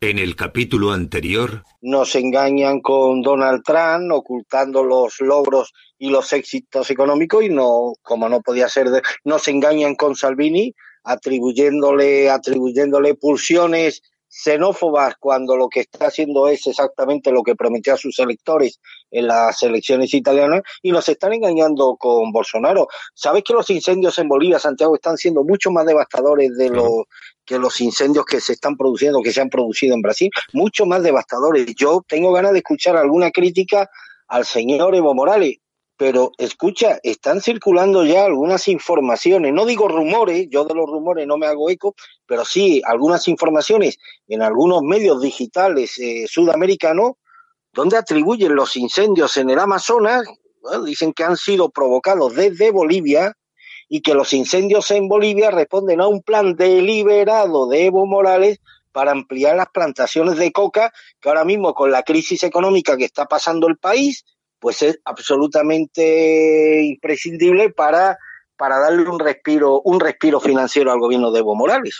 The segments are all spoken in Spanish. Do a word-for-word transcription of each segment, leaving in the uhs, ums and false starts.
En el capítulo anterior... Nos engañan con Donald Trump, ocultando los logros y los éxitos económicos, y no, como no podía ser, de, nos engañan con Salvini, atribuyéndole, atribuyéndole pulsiones xenófobas, cuando lo que está haciendo es exactamente lo que prometió a sus electores en las elecciones italianas, y nos están engañando con Bolsonaro. ¿Sabes que los incendios en Bolivia, Santiago, están siendo mucho más devastadores de los que los incendios que se están produciendo, que se han producido en Brasil? Mucho más devastadores. Yo tengo ganas de escuchar alguna crítica al señor Evo Morales, pero escucha, están circulando ya algunas informaciones, no digo rumores, yo de los rumores no me hago eco, pero sí algunas informaciones en algunos medios digitales eh, sudamericanos, donde atribuyen los incendios en el Amazonas, bueno, dicen que han sido provocados desde Bolivia, y que los incendios en Bolivia responden a un plan deliberado de Evo Morales para ampliar las plantaciones de coca, que ahora mismo con la crisis económica que está pasando el país, pues es absolutamente imprescindible para, para darle un respiro, un respiro financiero al gobierno de Evo Morales.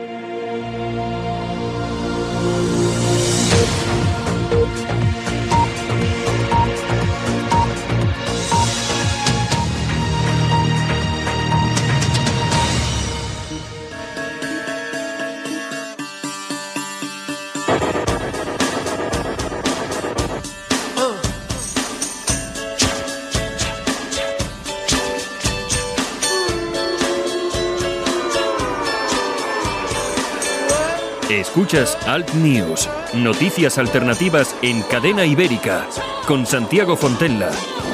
Escuchas Alt News, noticias alternativas en Cadena Ibérica, con Santiago Fontella.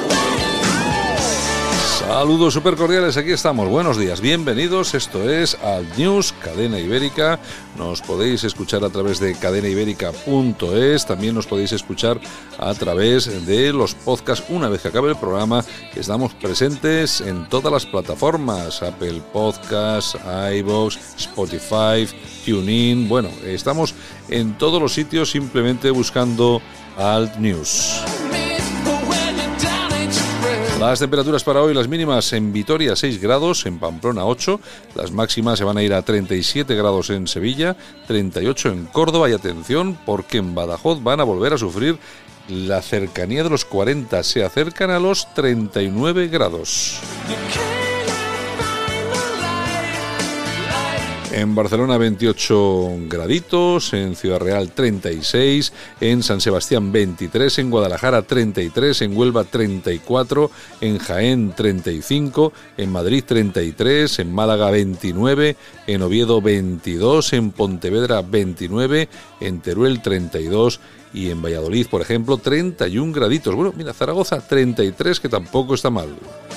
Saludos súper cordiales, aquí estamos, buenos días, bienvenidos, esto es Alt News, Cadena Ibérica. Nos podéis escuchar a través de cadena ibérica punto es, también nos podéis escuchar a través de los podcasts una vez que acabe el programa. Estamos presentes en todas las plataformas, Apple Podcasts, iVoox, Spotify, TuneIn, bueno, estamos en todos los sitios simplemente buscando Alt News. Las temperaturas para hoy, las mínimas en Vitoria seis grados, en Pamplona ocho, las máximas se van a ir a treinta y siete grados en Sevilla, treinta y ocho en Córdoba, y atención porque en Badajoz van a volver a sufrir la cercanía de los cuarenta, se acercan a los treinta y nueve grados. En Barcelona veintiocho graditos, en Ciudad Real treinta y seis, en San Sebastián veintitrés, en Guadalajara treinta y tres, en Huelva treinta y cuatro, en Jaén treinta y cinco, en Madrid treinta y tres, en Málaga veintinueve, en Oviedo veintidós, en Pontevedra veintinueve, en Teruel treinta y dos y en Valladolid, por ejemplo, treinta y un graditos. Bueno, mira, Zaragoza treinta y tres, que tampoco está mal.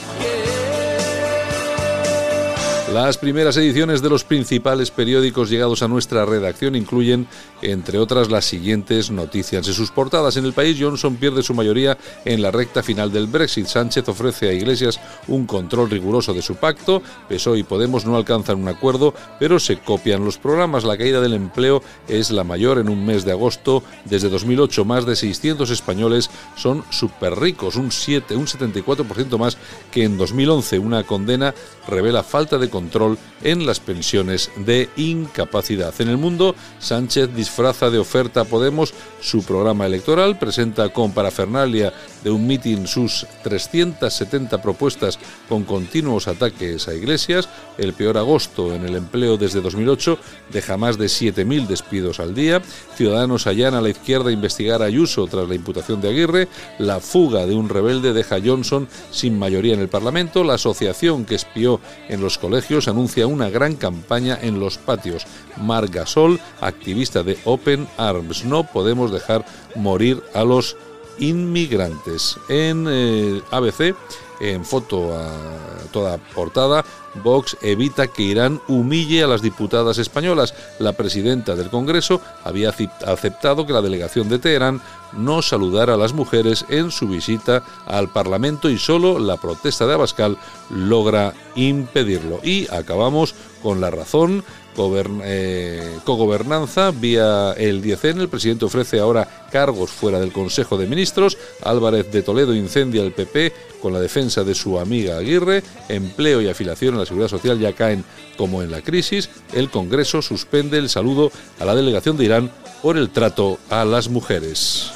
Las primeras ediciones de los principales periódicos llegados a nuestra redacción incluyen, entre otras, las siguientes noticias. En sus portadas: en El País, Johnson pierde su mayoría en la recta final del Brexit. Sánchez ofrece a Iglesias un control riguroso de su pacto. P S O E y Podemos no alcanzan un acuerdo, pero se copian los programas. La caída del empleo es la mayor en un mes de agosto desde dos mil ocho. Más de seiscientos españoles son súper ricos, un, siete, un setenta y cuatro por ciento más que en dos mil once. Una condena revela falta de control en las pensiones de incapacidad. En El Mundo, Sánchez disfraza de oferta a Podemos su programa electoral, presenta con parafernalia de un mitin sus trescientas setenta propuestas con continuos ataques a Iglesias. El peor agosto en el empleo desde dos mil ocho deja más de siete mil despidos al día. Ciudadanos allana a la izquierda investigar a Ayuso tras la imputación de Aguirre. La fuga de un rebelde deja a Johnson sin mayoría en el Parlamento. La asociación que espió en los colegios anuncia una gran campaña en los patios. Marc Gasol, activista de Open Arms: no podemos dejar morir a los inmigrantes. En eh, A B C, en foto a toda portada, Vox evita que Irán humille a las diputadas españolas. La presidenta del Congreso había aceptado que la delegación de Teherán no saludara a las mujeres en su visita al Parlamento, y solo la protesta de Abascal logra impedirlo. Y acabamos con La Razón. Gobern- eh, cogobernanza vía el diez ene. El presidente ofrece ahora cargos fuera del Consejo de Ministros. Álvarez de Toledo incendia el P P con la defensa de su amiga Aguirre. Empleo y afiliación a la Seguridad Social ya caen como en la crisis. El Congreso suspende el saludo a la delegación de Irán por el trato a las mujeres.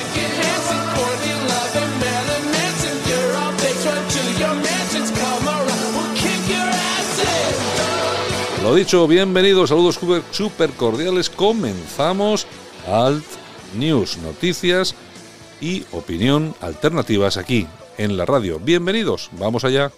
Lo dicho, bienvenidos, saludos super, super cordiales. Comenzamos Alt News, noticias y opinión alternativas aquí en la radio. Bienvenidos, vamos allá.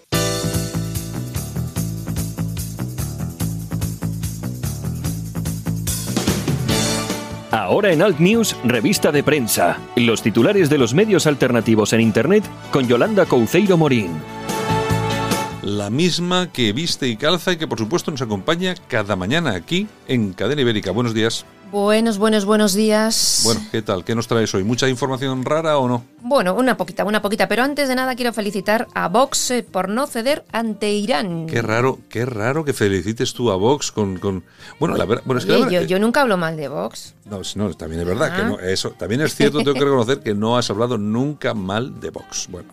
Ahora en Alt News, revista de prensa. Los titulares de los medios alternativos en Internet con Yolanda Couceiro Morín. La misma que viste y calza y que por supuesto nos acompaña cada mañana aquí en Cadena Ibérica. Buenos días. Buenos, buenos, buenos días. Bueno, ¿qué tal? ¿Qué nos traes hoy? ¿Mucha información rara o no? Bueno, una poquita, una poquita. Pero antes de nada quiero felicitar a Vox eh, por no ceder ante Irán. Qué raro, qué raro que felicites tú a Vox con... con... Bueno, oye, la verdad... Bueno, es que oye, la verdad, yo, yo nunca hablo mal de Vox. No, no, también es verdad ah. que no, eso, también es cierto, tengo que reconocer que no has hablado nunca mal de Vox. Bueno,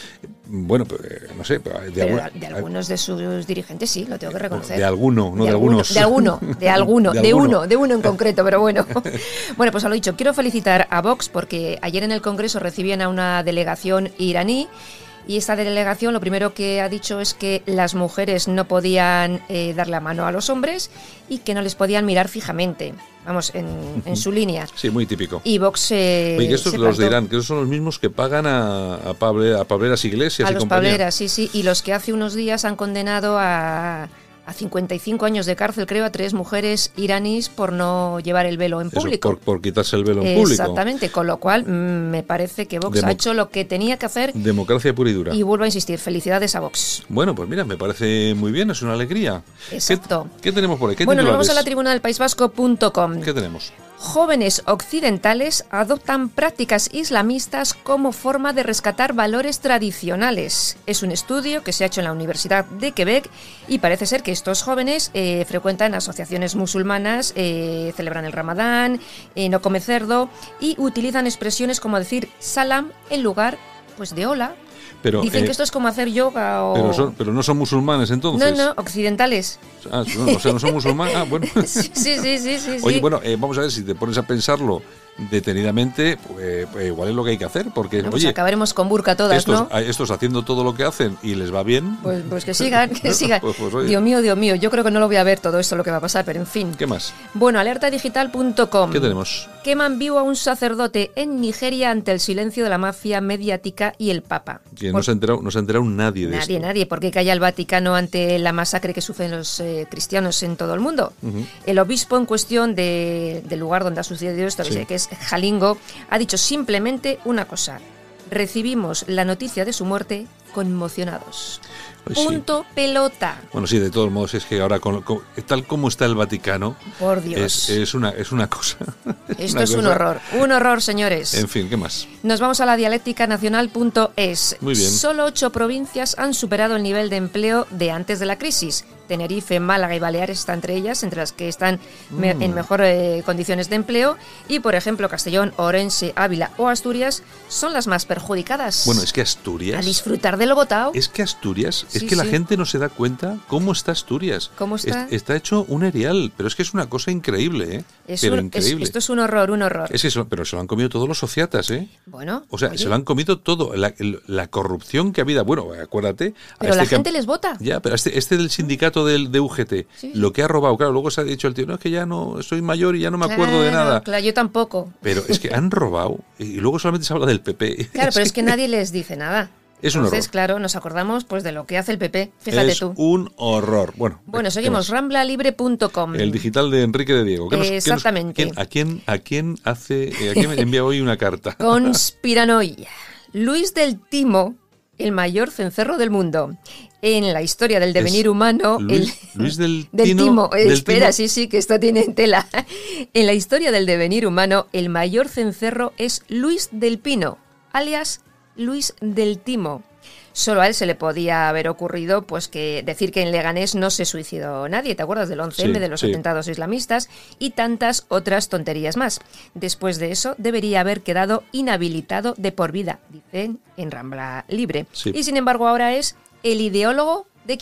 bueno, pues, no sé, de, Pero alguna, de algunos de sus dirigentes sí, lo tengo que reconocer. De alguno, no de, de algunos. De alguno, de alguno, de, de alguno. uno, de uno en concreto, pero bueno. Bueno, pues a lo dicho, quiero felicitar a Vox porque ayer en el Congreso recibían a una delegación iraní. Y esta delegación lo primero que ha dicho es que las mujeres no podían eh, dar la mano a los hombres y que no les podían mirar fijamente, vamos, en, en su línea. Sí, muy típico. Y Vox eh, Oye, que estos se los plantó. de Irán, que esos son los mismos que pagan a, a, Pable, a Pableras Iglesias A y los compañía. Pableras, sí, sí, y los que hace unos días han condenado a... a cincuenta y cinco años de cárcel, creo, a tres mujeres iraníes por no llevar el velo en Eso, público. por, por quitarse el velo en público. Exactamente, con lo cual mmm, me parece que Vox Demo- ha hecho lo que tenía que hacer. Democracia pura y dura. Y vuelvo a insistir, felicidades a Vox. Bueno, pues mira, me parece muy bien, es una alegría. Exacto. ¿Qué, qué tenemos por ahí? ¿Qué Bueno, nos titulares? vamos a la tribuna del país vasco punto com. ¿Qué tenemos? Jóvenes occidentales adoptan prácticas islamistas como forma de rescatar valores tradicionales. Es un estudio que se ha hecho en la Universidad de Quebec y parece ser que estos jóvenes eh, frecuentan asociaciones musulmanas, eh, celebran el Ramadán, eh, no comen cerdo y utilizan expresiones como decir salam en lugar pues de hola. Pero, Dicen eh, que esto es como hacer yoga o... Pero, son, pero no son musulmanes entonces. No, no, occidentales. Ah, no, o sea, no son musulmanes. Ah, bueno. Sí, sí, sí, sí, sí. Oye, bueno, eh, vamos a ver si te pones a pensarlo detenidamente, pues, pues igual es lo que hay que hacer, porque, Bueno, pues oye, acabaremos con burka todas, estos, ¿no? a- estos haciendo todo lo que hacen y les va bien. Pues, pues que sigan, que sigan. Pues, pues, oye. Dios mío, Dios mío, yo creo que no lo voy a ver todo esto lo que va a pasar, pero en fin. ¿Qué más? Bueno, alerta digital punto com. ¿Qué tenemos? Queman vivo a un sacerdote en Nigeria ante el silencio de la mafia mediática y el Papa. Que no Por- se ha enterado, no se ha enterado nadie de Nadie, esto. nadie, porque calla el Vaticano ante la masacre que sufren los eh, cristianos en todo el mundo. Ujú. El obispo en cuestión de- del lugar donde ha sucedido esto, Sí. que es Jalingo, ha dicho simplemente una cosa. Recibimos la noticia de su muerte conmocionados. Pues sí. Punto pelota. Bueno, sí, de todos modos, es que ahora, con, con- tal como está el Vaticano, Por Dios. es, es, una, es una cosa. Esto una es un cosa- horror. Un horror, señores. En fin, ¿qué más? Nos vamos a la dialéctica nacional punto es. Muy bien. Solo ocho provincias han superado el nivel de empleo de antes de la crisis. Tenerife, Málaga y Baleares están entre ellas, entre las que están me- Mm. en mejores eh, condiciones de empleo. Y, por ejemplo, Castellón, Orense, Ávila o Asturias son las más perjudicadas. Bueno, es que A Asturias... disfrutar de lo votado. Es que Asturias, es Sí, que la sí. gente no se da cuenta cómo está Asturias. ¿Cómo está? Es- está hecho un erial, pero es que es una cosa increíble, ¿eh? Es pero un- es- increíble. esto es un horror, un horror. Es eso, pero se lo han comido todos los sociatas, ¿eh? Bueno, O sea, oye, se lo han comido todo. La, el- la corrupción que ha habido. Bueno, acuérdate. a pero este la que ha- gente les vota. Ya, pero este, este del sindicato del, de U G T, Sí. lo que ha robado, claro, luego se ha dicho el tío, no, es que ya no, soy mayor y ya no me acuerdo de Claro, nada. Claro, yo tampoco. Pero es que han robado y luego solamente se habla del P P. Claro, pero es que nadie les dice nada. Es un Entonces, horror. claro, nos acordamos pues de lo que hace el P P. Fíjate es tú. un horror. Bueno, Bueno, ¿qué seguimos. más? rambla libre punto com. El digital de Enrique de Diego. ¿Qué nos- qué nos- Exactamente. quién- ¿A quién, a quién hace, eh, a quién me envía hoy una carta? Conspiranoia. Luis del Timo, el mayor cencerro del mundo. En la historia del devenir Es humano... Luis- el, Luis del del Tino- Timo. Eh, del espera, Timo. sí, sí, que esto tiene tela. En la historia del devenir humano, el mayor cencerro es Luis del Pino, alias Luis del Timo. Solo a él se le podía haber ocurrido pues que decir que en Leganés no se suicidó nadie. ¿Te acuerdas del once eme, Sí, de los sí. atentados islamistas? Y tantas otras tonterías más. Después de eso, debería haber quedado inhabilitado de por vida, dicen en Rambla Libre. Sí. Y sin embargo ahora es el ideólogo, ¿de quién?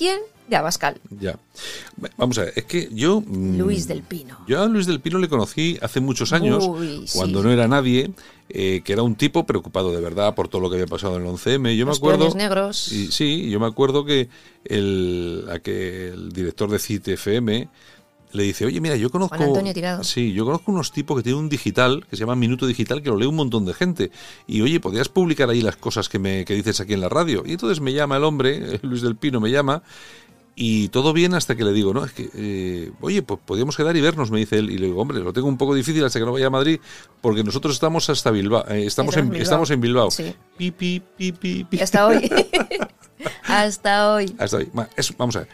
de Abascal. Ya. Vamos a ver, es que yo... Luis del Pino. Yo a Luis del Pino le conocí hace muchos años, Uy, cuando sí. no era nadie, eh, que era un tipo preocupado de verdad por todo lo que había pasado en el once eme. Yo Los me acuerdo... peones negros. Y, sí, yo me acuerdo que el, a que el director de C I T F M le dice, oye, mira, yo conozco... Juan Antonio Tirado. Sí, yo conozco unos tipos que tienen un digital, que se llama Minuto Digital, que lo lee un montón de gente. Y, oye, ¿podrías publicar ahí las cosas que, me, que dices aquí en la radio? Y entonces me llama el hombre, Luis del Pino me llama, y todo bien hasta que le digo, no, es que, eh, oye, pues podríamos quedar y vernos, me dice él. Y le digo, hombre, lo tengo un poco difícil hasta que no vaya a Madrid, porque nosotros estamos hasta Bilbao. Eh, estamos, en, Bilbao. estamos en Bilbao. Sí. Pi, pi, pi, pi, pi. Y hasta hoy. Hasta hoy. Hasta hoy. Va, es- vamos a ver.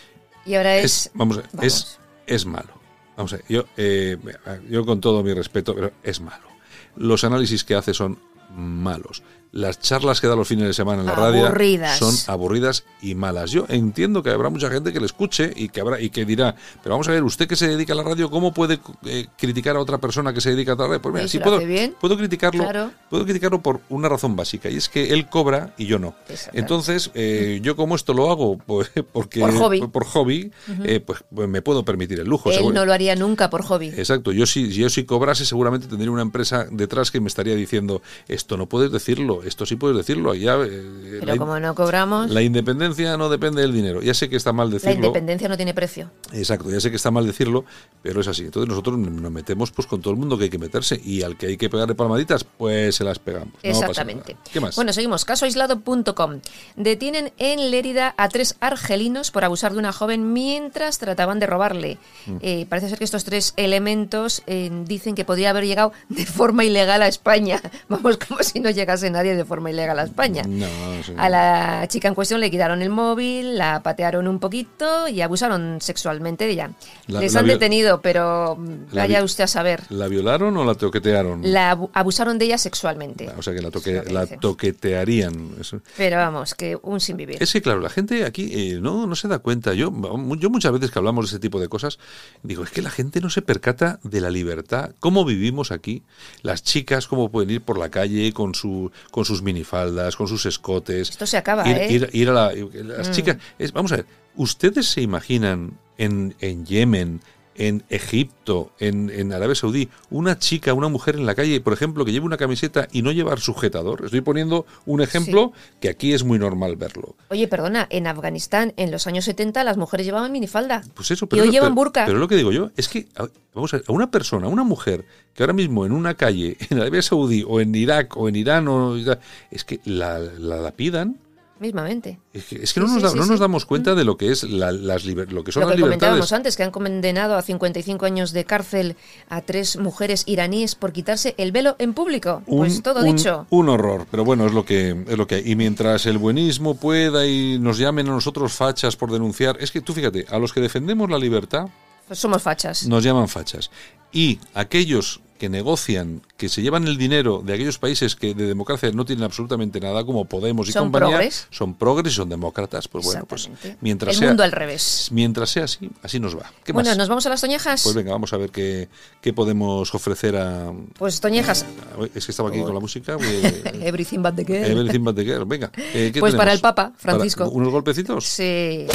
Y ahora es... Es, vamos a ver, Vamos. es, es malo. Vamos a ver, yo, eh, yo con todo mi respeto, pero es malo. Los análisis que hace son malos. Las charlas que da los fines de semana en la radio Aburridas. son aburridas y malas. Yo entiendo que habrá mucha gente que le escuche y que habrá y que dirá, pero vamos a ver, usted que se dedica a la radio, ¿cómo puede eh, criticar a otra persona que se dedica a la radio? Pues mira, Oye, sí si lo puedo, hace bien, puedo criticarlo, claro. puedo criticarlo por una razón básica, y es que él cobra y yo no. Exactamente. Entonces, eh, yo como esto lo hago pues, porque Por hobby. por hobby, eh, pues, pues me puedo permitir el lujo. Él seguro. no lo haría nunca por hobby. Exacto, yo si, yo si cobrase seguramente tendría una empresa detrás que me estaría diciendo, esto no puedes decirlo, esto sí puedes decirlo. Ya, eh, Pero la, como no cobramos, la independencia no depende del dinero. Ya sé que está mal la decirlo. independencia no tiene precio. Exacto, ya sé que está mal decirlo, pero es así. Entonces nosotros nos metemos pues con todo el mundo que hay que meterse, y al que hay que pegarle palmaditas, pues se las pegamos. No pasa Exactamente. nada. ¿Qué más? Bueno, seguimos. caso aislado punto com. Detienen en Lérida a tres argelinos por abusar de una joven mientras trataban de robarle. Mm. Eh, parece ser que estos tres elementos eh, dicen que podría haber llegado de forma ilegal a España. Vamos, como si no llegase nadie de forma ilegal a España. No, sí. A la chica en cuestión le quitaron el móvil, la patearon un poquito y abusaron sexualmente de ella. La- Les la han vi- detenido, pero La vaya vi- usted a saber. ¿La violaron o la toquetearon? La abu- abusaron de ella sexualmente. O sea que la, toque, Es lo que la dicen. toquetearían. Eso. Pero vamos, que un sin vivir. Es que, claro, la gente aquí eh, no, no se da cuenta. Yo, yo muchas veces que hablamos de ese tipo de cosas, digo, es que la gente no se percata de la libertad, cómo vivimos aquí. Las chicas, cómo pueden ir por la calle con, su, con sus minifaldas, con sus escotes. Esto se acaba, ir, ¿eh? ir, ir a la, las Mm. chicas. Es, vamos a ver, ¿ustedes se imaginan en, en Yemen, en Egipto, en, en Arabia Saudí, una chica, una mujer en la calle, por ejemplo, que lleve una camiseta y no llevar sujetador? Estoy poniendo un ejemplo que aquí es muy normal verlo. Oye, perdona, en Afganistán en los años setenta las mujeres llevaban minifalda. Pues eso, Y pero, hoy pero- llevan burka. Pero lo que digo yo es que, a- vamos a ver, a una persona, a una mujer que ahora mismo en una calle, en Arabia Saudí o en Irak o en Irán, o, es que la, la lapidan. Mismamente. Es que, es que Sí, no, nos, sí, da- sí, no sí. nos damos cuenta de lo que es la- las liber- lo que son Lo las que comentábamos libertades. antes, que han condenado a cincuenta y cinco años de cárcel a tres mujeres iraníes por quitarse el velo en público. Pues Un- todo un- dicho. Un horror, pero bueno, es lo que es lo que hay. Y mientras el buenismo pueda y nos llamen a nosotros fachas por denunciar, es que tú fíjate, a los que defendemos la libertad Pues somos fachas. nos llaman fachas. Y aquellos que negocian, que se llevan el dinero de aquellos países que de democracia no tienen absolutamente nada, como Podemos y Son compañía, progres. son progres y son demócratas. Pues bueno, pues Exactamente. mientras El sea, mundo al revés. mientras sea así, así nos va. ¿Qué Bueno, más? ¿nos vamos a las toñejas? Pues venga, vamos a ver qué, qué podemos ofrecer a... Pues toñejas. a- Es que estaba aquí con la música. voy- Everything but the girl. Everything but the girl. Venga. eh, ¿qué Pues para tenemos? el Papa, ¿Para Francisco. ¿Unos golpecitos? Sí.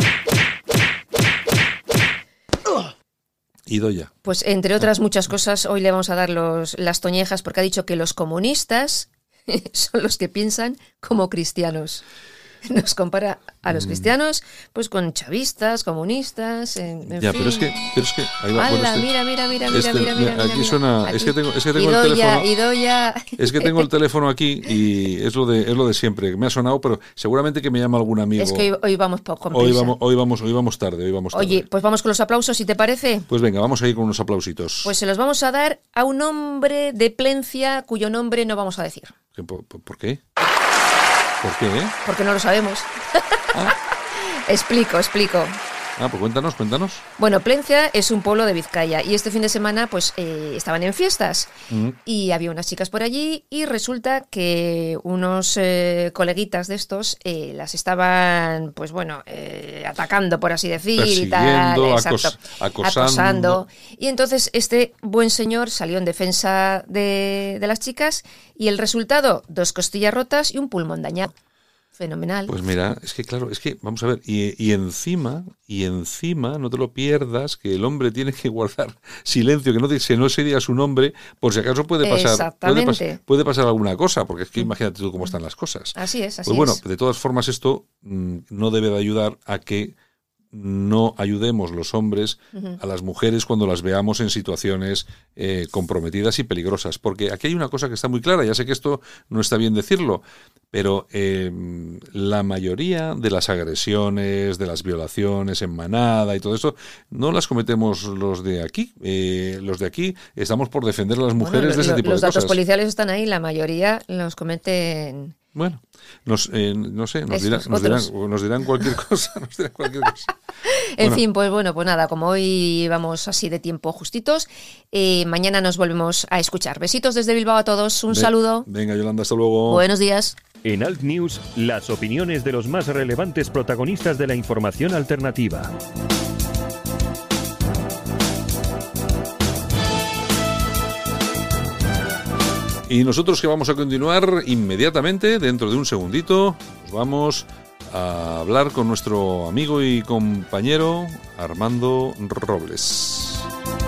Y doy ya. Pues entre otras muchas cosas, hoy le vamos a dar los, las toñejas porque ha dicho que los comunistas son los que piensan como cristianos. Nos compara a los cristianos pues con chavistas, comunistas, en, en Ya, fin. pero es que, pero es que ahí va. ¡Hala! bueno, este- mira, mira, mira, mira, este- mira, mira, mira, aquí mira. suena- es que tengo- es que tengo el Idoia, teléfono- Idoia. Es que tengo el teléfono aquí y es lo de es lo de siempre. Me ha sonado, pero seguramente que me llama algún amigo. Es que hoy, hoy vamos po- con hoy prisa. vamos, hoy vamos, hoy vamos tarde, hoy vamos tarde. Oye, pues vamos con los aplausos, si te parece. Pues venga, vamos a ir con unos aplausitos. Pues se los vamos a dar a un hombre de Plencia cuyo nombre no vamos a decir, ¿Por, por- por qué? ¿Por qué? eh? porque no lo sabemos. Explico, explico. Ah, pues cuéntanos, cuéntanos. Bueno, Plencia es un pueblo de Vizcaya y este fin de semana pues eh, estaban en fiestas Mm. y había unas chicas por allí y resulta que unos eh, coleguitas de estos eh, las estaban pues bueno eh, atacando, por así decir, y tal, Persiguiendo, exacto, acos- acosando. acosando. Y entonces este buen señor salió en defensa de, de las chicas y el resultado, dos costillas rotas y un pulmón dañado. Fenomenal. Pues mira, es que claro, es que, vamos a ver, y, y encima, y encima, no te lo pierdas, que el hombre tiene que guardar silencio, que no, se, no se diga su nombre, por si acaso puede pasar, puede, pas, puede pasar alguna cosa, porque es que imagínate tú cómo están las cosas. Así es, así pues bueno, es. de todas formas esto mmm, no debe de ayudar a que no ayudemos los hombres uh-huh. a las mujeres cuando las veamos en situaciones eh, comprometidas y peligrosas, porque aquí hay una cosa que está muy clara, ya sé que esto no está bien decirlo, pero eh, la mayoría de las agresiones, de las violaciones en manada y todo eso, no las cometemos los de aquí. Eh, los de aquí estamos por defender a las mujeres bueno, de ese lo, tipo de los cosas. Los datos policiales están ahí, la mayoría los cometen... Bueno, nos, eh, no sé, nos, dirán, nos, dirán, nos dirán cualquier cosa. Nos dirán cualquier cosa. En bueno. fin, pues bueno, pues nada, como hoy vamos así de tiempo justitos, eh, mañana nos volvemos a escuchar. Besitos desde Bilbao a todos, un Ve, saludo. Venga, Yolanda, hasta luego. Buenos días. En Alt News, las opiniones de los más relevantes protagonistas de la información alternativa. Y nosotros que vamos a continuar inmediatamente, dentro de un segundito, nos vamos a hablar con nuestro amigo y compañero Armando Robles.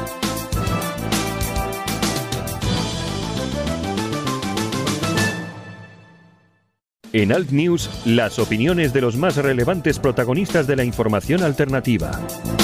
En Alt News, las opiniones de los más relevantes protagonistas de la información alternativa.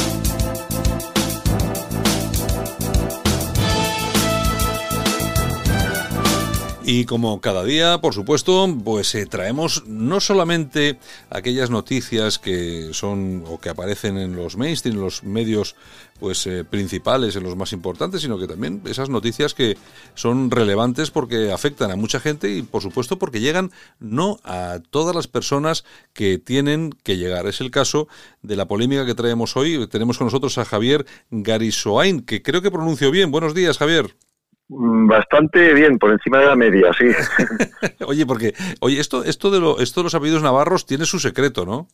Y como cada día, por supuesto, pues eh, traemos no solamente aquellas noticias que son o que aparecen en los mainstream, en los medios pues eh, principales, en los más importantes, sino que también esas noticias que son relevantes porque afectan a mucha gente y, por supuesto, porque llegan no a todas las personas que tienen que llegar. Es el caso de la polémica que traemos hoy. Tenemos con nosotros a Javier Garisoain, que creo que pronuncio bien. Buenos días, Javier. Bastante bien, por encima de la media, sí. Oye, porque, oye, esto, esto de lo, esto de los apellidos navarros tiene su secreto, ¿no?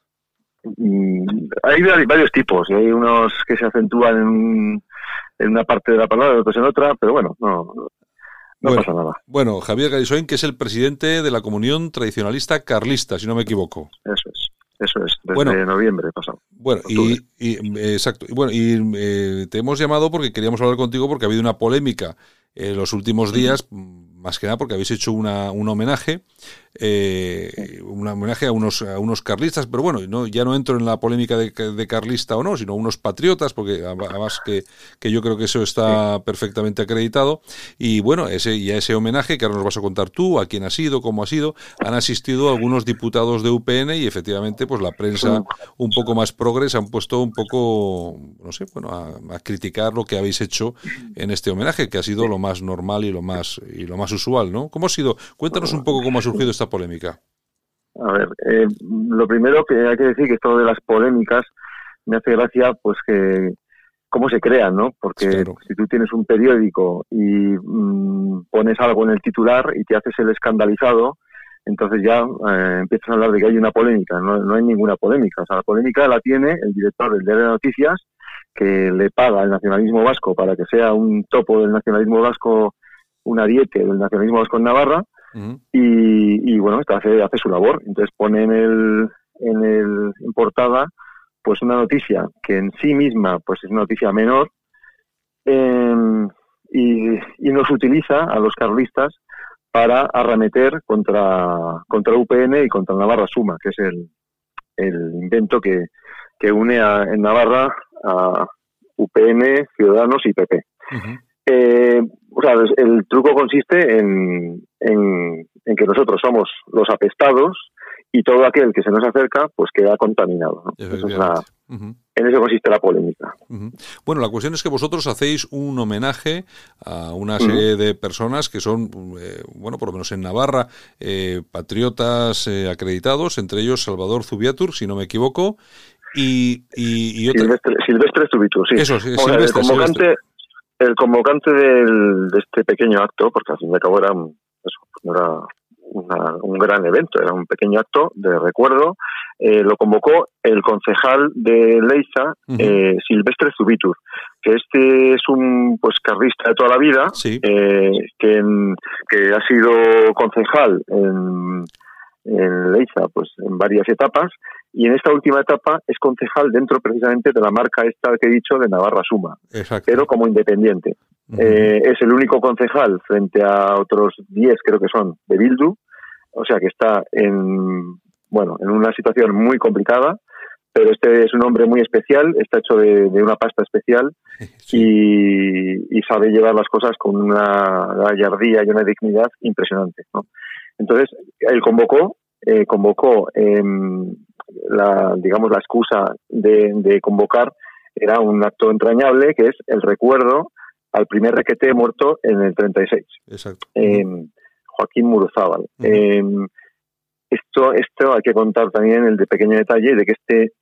Hay varios tipos, y hay unos que se acentúan en, en una parte de la palabra, otros en otra, pero bueno, no, no bueno, pasa nada. Bueno, Javier Garisoain, que es el presidente de la Comunión Tradicionalista Carlista, si no me equivoco. Eso es. Eso es, desde bueno, noviembre pasado. Bueno, y, y exacto. Y bueno, y eh, te hemos llamado porque queríamos hablar contigo porque ha habido una polémica en los últimos días, uh-huh. más que nada porque habéis hecho una, un homenaje, eh, un homenaje a unos a unos carlistas, pero bueno, no, ya no entro en la polémica de, de carlista o no, sino unos patriotas, porque además que, que yo creo que eso está sí. perfectamente acreditado. Y bueno, ese y a ese homenaje, que ahora nos vas a contar tú, a quién ha sido, cómo ha sido, han asistido algunos diputados de U P N y efectivamente pues la prensa un poco más progres han puesto un poco, no sé, bueno, a, a criticar lo que habéis hecho en este homenaje, que ha sido lo más normal y lo más y lo más usual, ¿no? ¿Cómo ha sido? Cuéntanos un poco cómo ha surgido esta polémica. A ver, eh, lo primero que hay que decir que esto de las polémicas me hace gracia, pues que cómo se crean, ¿no? Porque claro. si tú tienes un periódico y mmm, pones algo en el titular y te haces el escandalizado, entonces ya eh, empiezas a hablar de que hay una polémica. No, no hay ninguna polémica. O sea, la polémica la tiene el director del Diario de Noticias, que le paga al nacionalismo vasco para que sea un topo del nacionalismo vasco, un ariete del nacionalismo vasco en Navarra, uh-huh. y, y bueno, hace, hace su labor. Entonces pone en el, en el en portada pues una noticia que en sí misma pues es una noticia menor, eh, y, y nos utiliza a los carlistas para arremeter contra contra U P N y contra Navarra Suma, que es el, el invento que, que une a, en Navarra a U P N, Ciudadanos y P P. Uh-huh. Eh, o sea, el truco consiste en, en, en que nosotros somos los apestados y todo aquel que se nos acerca pues queda contaminado, ¿no? Eso es la, uh-huh. En eso consiste la polémica. Uh-huh. Bueno, la cuestión es que vosotros hacéis un homenaje a una serie uh-huh. de personas que son, eh, bueno, por lo menos en Navarra, eh, patriotas eh, acreditados, entre ellos Salvador Zubiatur, si no me equivoco, y, y, y otra... Silvestre, Silvestre Zubiatur, sí. Eso, sí, o sea, Silvestre, el convocante, Silvestre. El convocante del, de este pequeño acto, porque al fin y al cabo era, eso, no era una, un gran evento, era un pequeño acto de recuerdo, eh, lo convocó el concejal de Leiza, uh-huh. eh, Silvestre Zubiatur, que este es un pues carlista de toda la vida, sí. eh, que, en, que ha sido concejal en, en Leiza pues en varias etapas, y en esta última etapa es concejal dentro precisamente de la marca esta que he dicho de Navarra Suma. Exacto. Pero como independiente. Uh-huh. Eh, es el único concejal frente a otros diez, creo que son, de Bildu, o sea que está en, bueno, en una situación muy complicada, pero este es un hombre muy especial, está hecho de, de una pasta especial, sí. y, y sabe llevar las cosas con una gallardía y una dignidad impresionante, ¿no? Entonces, él convocó, eh, convocó, eh, la, digamos, la excusa de, de convocar era un acto entrañable, que es el recuerdo al primer requete muerto en el treinta y seis. Exacto. Eh, Joaquín Muruzábal. Uh-huh. Eh, esto, esto hay que contar también el de pequeño detalle de que este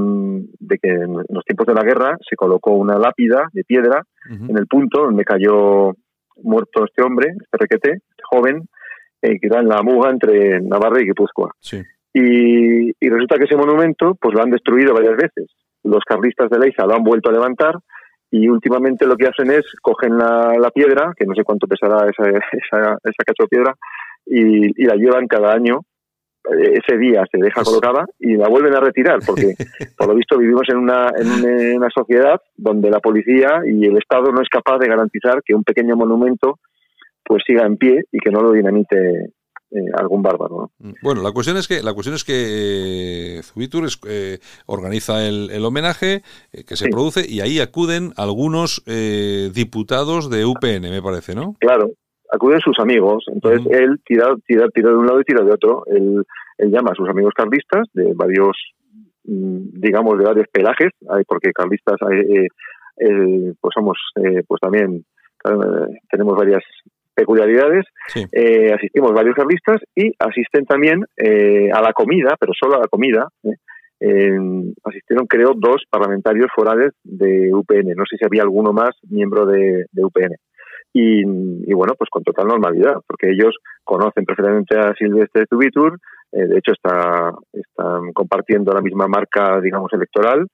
de que en los tiempos de la guerra se colocó una lápida de piedra uh-huh. en el punto donde cayó muerto este hombre, este requete, este joven, eh, que era en la muga entre Navarra y Guipúzcoa. Sí. Y, y resulta que ese monumento pues lo han destruido varias veces. Los carlistas de Leiza lo han vuelto a levantar, y últimamente lo que hacen es cogen la, la piedra, que no sé cuánto pesará esa, esa, esa cacho de piedra, y, y la llevan cada año. Ese día se deja colocada y la vuelven a retirar, porque por lo visto vivimos en una, en una sociedad donde la policía y el Estado no es capaz de garantizar que un pequeño monumento pues siga en pie y que no lo dinamite eh, algún bárbaro, ¿no? Bueno, la cuestión es que la cuestión es que eh, Zubitur es, eh, organiza el, el homenaje eh, que se sí. produce, y ahí acuden algunos eh, diputados de U P N, me parece, ¿no? Claro. Acuden sus amigos, entonces uh-huh. él tira, tira, tira de un lado y tira de otro. Él, él llama a sus amigos carlistas de varios, digamos, de varios pelajes, hay, porque carlistas hay, eh, eh, pues somos, eh, pues también eh, tenemos varias peculiaridades. Sí. Eh, asistimos varios carlistas y asisten también eh, a la comida, pero solo a la comida. Eh, eh, asistieron, creo, dos parlamentarios forales de U P N. No sé si había alguno más miembro de, de U P N. Y, y bueno, pues con total normalidad, porque ellos conocen perfectamente a Silvestre Zubitur, eh, de hecho está, están compartiendo la misma marca, digamos, electoral,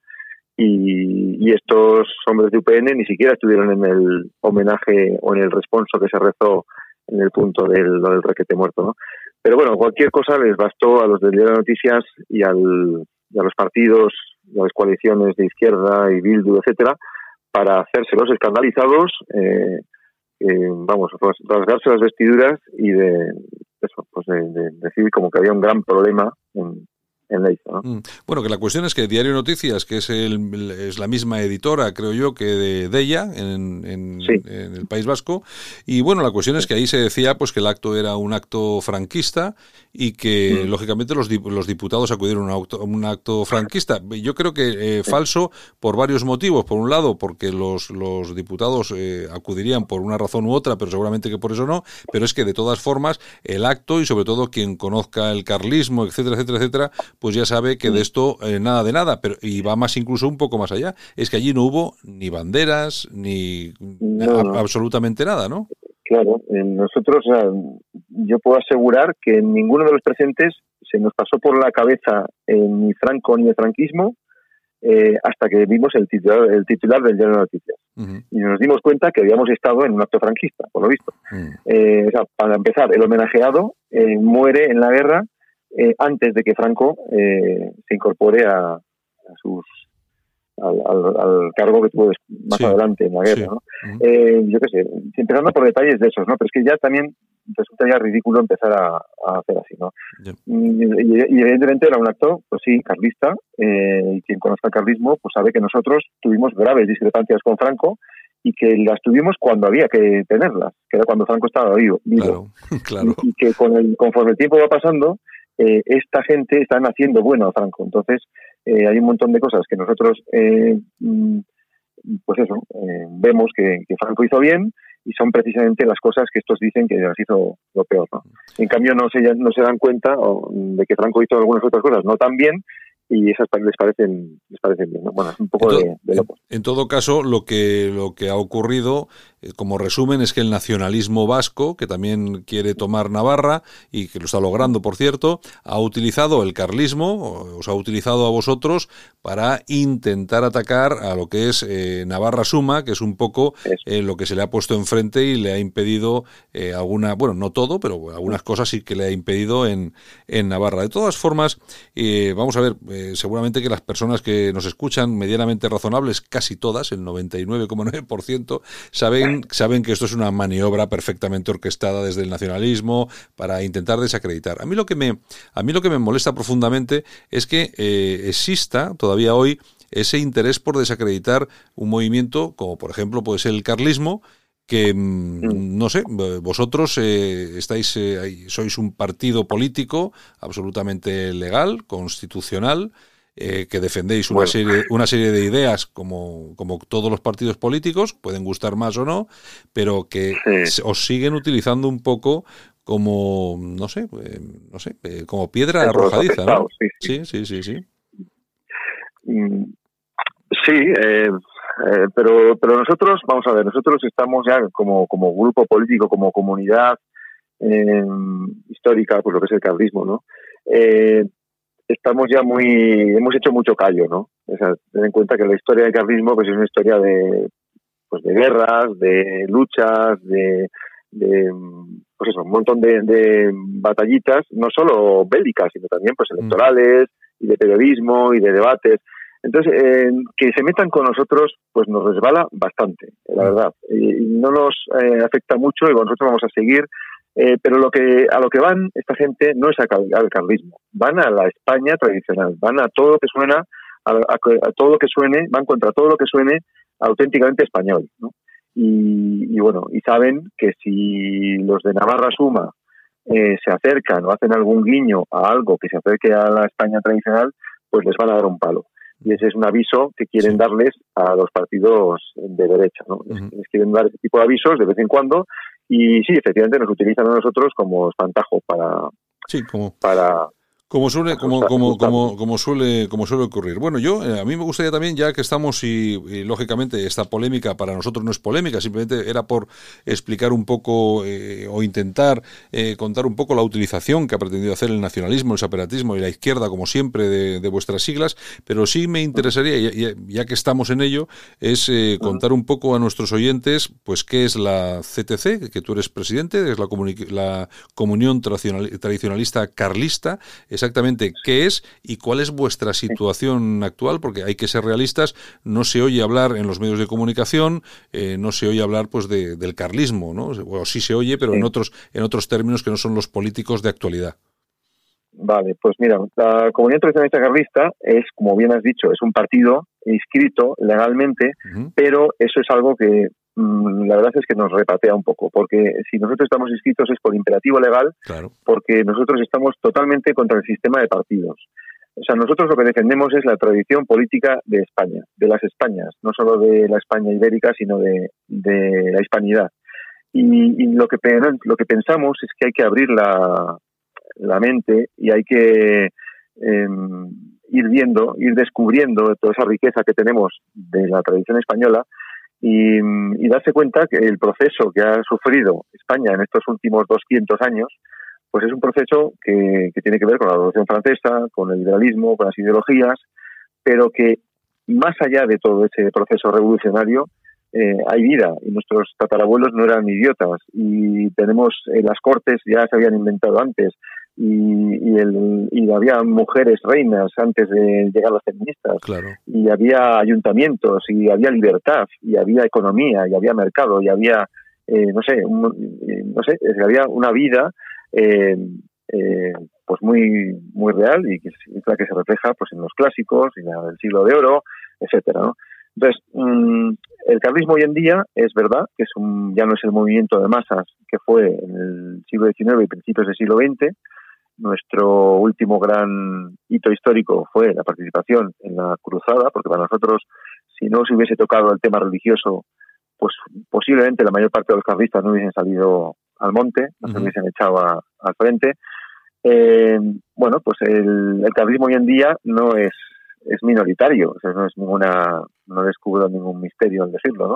y, y estos hombres de U P N ni siquiera estuvieron en el homenaje o en el responso que se rezó en el punto del, del requete muerto, ¿no? Pero bueno, cualquier cosa les bastó a los del Diario de Noticias y, al, y a los partidos, y a las coaliciones de izquierda y Bildu, etcétera, para hacerse los escandalizados, eh, Eh, vamos, rasgarse las vestiduras y de eso, pues de, de decir como que había un gran problema en, en Leiza, ¿no? Mm. Bueno, que la cuestión es que Diario Noticias, que es el es la misma editora, creo yo, que de Deia en, en, sí. en el País Vasco, y bueno, la cuestión es que ahí se decía pues que el acto era un acto franquista y que mm. lógicamente los, los diputados acudieron a un acto, un acto franquista. Yo creo que eh, sí. falso por varios motivos. Por un lado, porque los, los diputados eh, acudirían por una razón u otra, pero seguramente que por eso no, pero es que de todas formas el acto, y sobre todo quien conozca el carlismo, etcétera, etcétera, etcétera, pues ya sabe que de esto eh, nada de nada, pero y va más incluso un poco más allá. Es que allí no hubo ni banderas, ni no, a, no. absolutamente nada, ¿no? Claro, eh, nosotros, o sea, yo puedo asegurar que ninguno de los presentes se nos pasó por la cabeza eh, ni Franco ni el franquismo eh, hasta que vimos el titular, el titular del Diario de Noticias. Uh-huh. Y nos dimos cuenta que habíamos estado en un acto franquista, por lo visto. Uh-huh. Eh, o sea, para empezar, el homenajeado eh, muere en la guerra Eh, antes de que Franco eh, se incorpore a, a sus al, al, al cargo que tuvo más sí, adelante en la guerra, sí. ¿no? Uh-huh. Eh, yo qué sé, empezando por detalles de esos, ¿no? Pero es que ya también resulta ya ridículo empezar a, a hacer así, ¿no? Yeah. Y, y evidentemente era un acto, pues sí, carlista, eh, y quien conozca el carlismo, pues sabe que nosotros tuvimos graves discrepancias con Franco y que las tuvimos cuando había que tenerlas, que era cuando Franco estaba vivo. Claro, claro. Y, y que con el, conforme el tiempo va pasando, Eh, esta gente está haciendo bueno a Franco. Entonces eh, hay un montón de cosas que nosotros eh, pues eso eh, vemos que, que Franco hizo bien, y son precisamente las cosas que estos dicen que las hizo lo peor, ¿no? En cambio no se, no se dan cuenta o, de que Franco hizo algunas otras cosas no tan bien, y esas les parecen les parecen bien, ¿no? Bueno, es un poco en de, de locos. En, en todo caso, lo que lo que ha ocurrido como resumen, es que el nacionalismo vasco, que también quiere tomar Navarra y que lo está logrando, por cierto, ha utilizado el carlismo, os ha utilizado a vosotros para intentar atacar a lo que es eh, Navarra Suma, que es un poco eh, lo que se le ha puesto enfrente y le ha impedido eh, alguna, bueno, no todo, pero algunas cosas sí que le ha impedido en, en Navarra. De todas formas, eh, vamos a ver, eh, seguramente que las personas que nos escuchan, medianamente razonables, casi todas, el noventa y nueve coma nueve por ciento, saben, saben que esto es una maniobra perfectamente orquestada desde el nacionalismo para intentar desacreditar. A mí lo que me, a mí lo que me molesta profundamente es que eh, exista todavía hoy ese interés por desacreditar un movimiento como, por ejemplo, puede ser el carlismo, que, no sé, vosotros eh, estáis eh, ahí, sois un partido político absolutamente legal, constitucional, eh, que defendéis una, bueno. serie, una serie de ideas como, como todos los partidos políticos, pueden gustar más o no, pero que sí. os siguen utilizando un poco como, no sé, eh, no sé, eh, como piedra arrojadiza, ¿no? Sí, sí, sí, sí. Sí, sí eh, eh, pero pero nosotros, vamos a ver, nosotros estamos ya como, como grupo político, como comunidad eh, histórica, pues lo que es el carlismo, ¿no? Eh, estamos ya muy, hemos hecho mucho callo, ¿no? O sea, ten en cuenta que la historia del carlismo pues es una historia de, pues de guerras, de luchas, de, de pues eso, un montón de, de batallitas, no solo bélicas, sino también pues electorales y de periodismo y de debates. Entonces, eh, que se metan con nosotros, pues nos resbala bastante, la verdad. Y no nos eh, afecta mucho y nosotros vamos a seguir. Eh, pero lo que a lo que van esta gente no es al carlismo, van a la España tradicional, van a todo lo que suena, a, a, a todo lo que suene, van contra todo lo que suene auténticamente español, ¿no? Y, y bueno, y saben que si los de Navarra Suma eh, se acercan o hacen algún guiño a algo que se acerque a la España tradicional, pues les van a dar un palo. Y ese es un aviso que quieren sí. darles a los partidos de derecha, ¿no? Uh-huh. Les quieren dar ese tipo de avisos de vez en cuando. Y sí, efectivamente nos utilizan a nosotros como espantajo para, sí, como, para como suele como como como como suele como suele ocurrir. Bueno, yo eh, a mí me gustaría también, ya que estamos y, y lógicamente esta polémica para nosotros no es polémica, simplemente era por explicar un poco eh, o intentar eh, contar un poco la utilización que ha pretendido hacer el nacionalismo, el separatismo y la izquierda, como siempre, de, de vuestras siglas, pero sí me interesaría, ya, ya que estamos en ello, es eh, contar un poco a nuestros oyentes, pues qué es la C T C, que tú eres presidente, es la, comuni- la Comunión Tradicionalista Carlista. Exactamente qué es y cuál es vuestra situación actual, porque hay que ser realistas, no se oye hablar en los medios de comunicación, eh, no se oye hablar pues de, del carlismo, ¿no? O sí se oye, pero sí. en otros en otros términos que no son los políticos de actualidad. Vale, pues mira, la Comunidad Tradicionalista Carlista es, como bien has dicho, es un partido inscrito legalmente, uh-huh. pero eso es algo que la verdad es que nos repatea un poco, porque si nosotros estamos inscritos es por imperativo legal, claro. porque nosotros estamos totalmente contra el sistema de partidos. O sea, nosotros lo que defendemos es la tradición política de España, de las Españas, no solo de la España ibérica, sino de, de la hispanidad. Y, y lo que lo que pensamos es que hay que abrir la, la mente y hay que eh, ir viendo, ir descubriendo toda esa riqueza que tenemos de la tradición española. Y, y darse cuenta que el proceso que ha sufrido España en estos últimos doscientos años, pues es un proceso que, que tiene que ver con la Revolución Francesa, con el liberalismo, con las ideologías, pero que más allá de todo ese proceso revolucionario eh, hay vida, y nuestros tatarabuelos no eran idiotas, y tenemos eh, las cortes ya se habían inventado antes, y, y, el, y había mujeres reinas antes de llegar las feministas, claro. y había ayuntamientos, y había libertad, y había economía, y había mercado, y había, eh, no sé, un, no sé, había una vida eh, eh, pues muy muy real, y que es la que se refleja pues en los clásicos, en la del siglo de oro, etcétera, ¿no? Entonces, mmm, el carlismo hoy en día es verdad que es un, ya no es el movimiento de masas que fue en el siglo diecinueve y principios del siglo veinte. Nuestro último gran hito histórico fue la participación en la cruzada, porque para nosotros, si no se hubiese tocado el tema religioso, pues posiblemente la mayor parte de los carlistas no hubiesen salido al monte, no se uh-huh. hubiesen echado a, al frente. Eh, bueno, pues el, el carlismo hoy en día no es, es minoritario, o sea, no es ninguna, no descubro ningún misterio al decirlo, ¿no?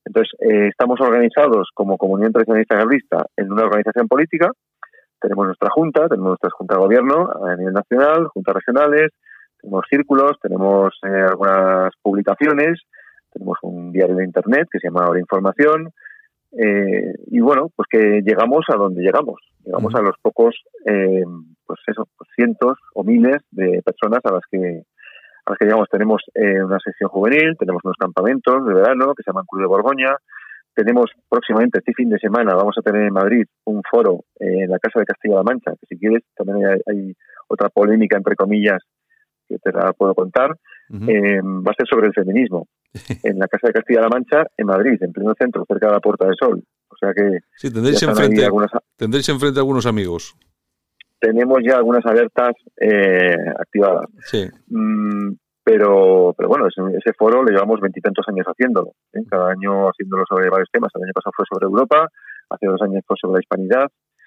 Entonces, eh, estamos organizados como Comunión Tradicionalista Carlista en una organización política. Tenemos nuestra junta, tenemos nuestra junta de gobierno a nivel nacional, juntas regionales, tenemos círculos, tenemos eh, algunas publicaciones, tenemos un diario de internet que se llama Ahora Información, eh, y bueno, pues que llegamos a donde llegamos, llegamos uh-huh. a los pocos, eh, pues eso, pues cientos o miles de personas a las que a las que llegamos. Tenemos eh, una sección juvenil, tenemos unos campamentos de verano que se llaman Cruz de Borgoña, tenemos próximamente este fin de semana, vamos a tener en Madrid un foro eh, en la Casa de Castilla-La Mancha, que si quieres también hay, hay otra polémica entre comillas que te la puedo contar. Uh-huh. eh, va a ser sobre el feminismo en la Casa de Castilla-La Mancha en Madrid, en pleno centro, cerca de la Puerta del Sol. O sea que sí, tendréis enfrente algunas... tendréis enfrente algunos amigos. Tenemos ya algunas alertas eh, activadas. Sí. Mm, pero pero bueno, ese, ese foro lo llevamos veintitantos años haciéndolo, ¿eh? Cada año haciéndolo sobre varios temas. El año pasado fue sobre Europa, hace dos años fue sobre la Hispanidad.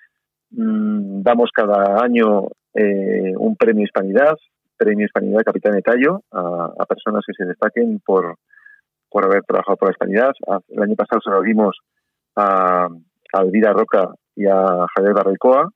Mm, damos cada año eh, un premio Hispanidad, premio Hispanidad Capitán de Tallo a, a personas que se destaquen por, por haber trabajado por la Hispanidad. El año pasado se lo dimos a, a Elvira Roca y a Javier Barraicoa.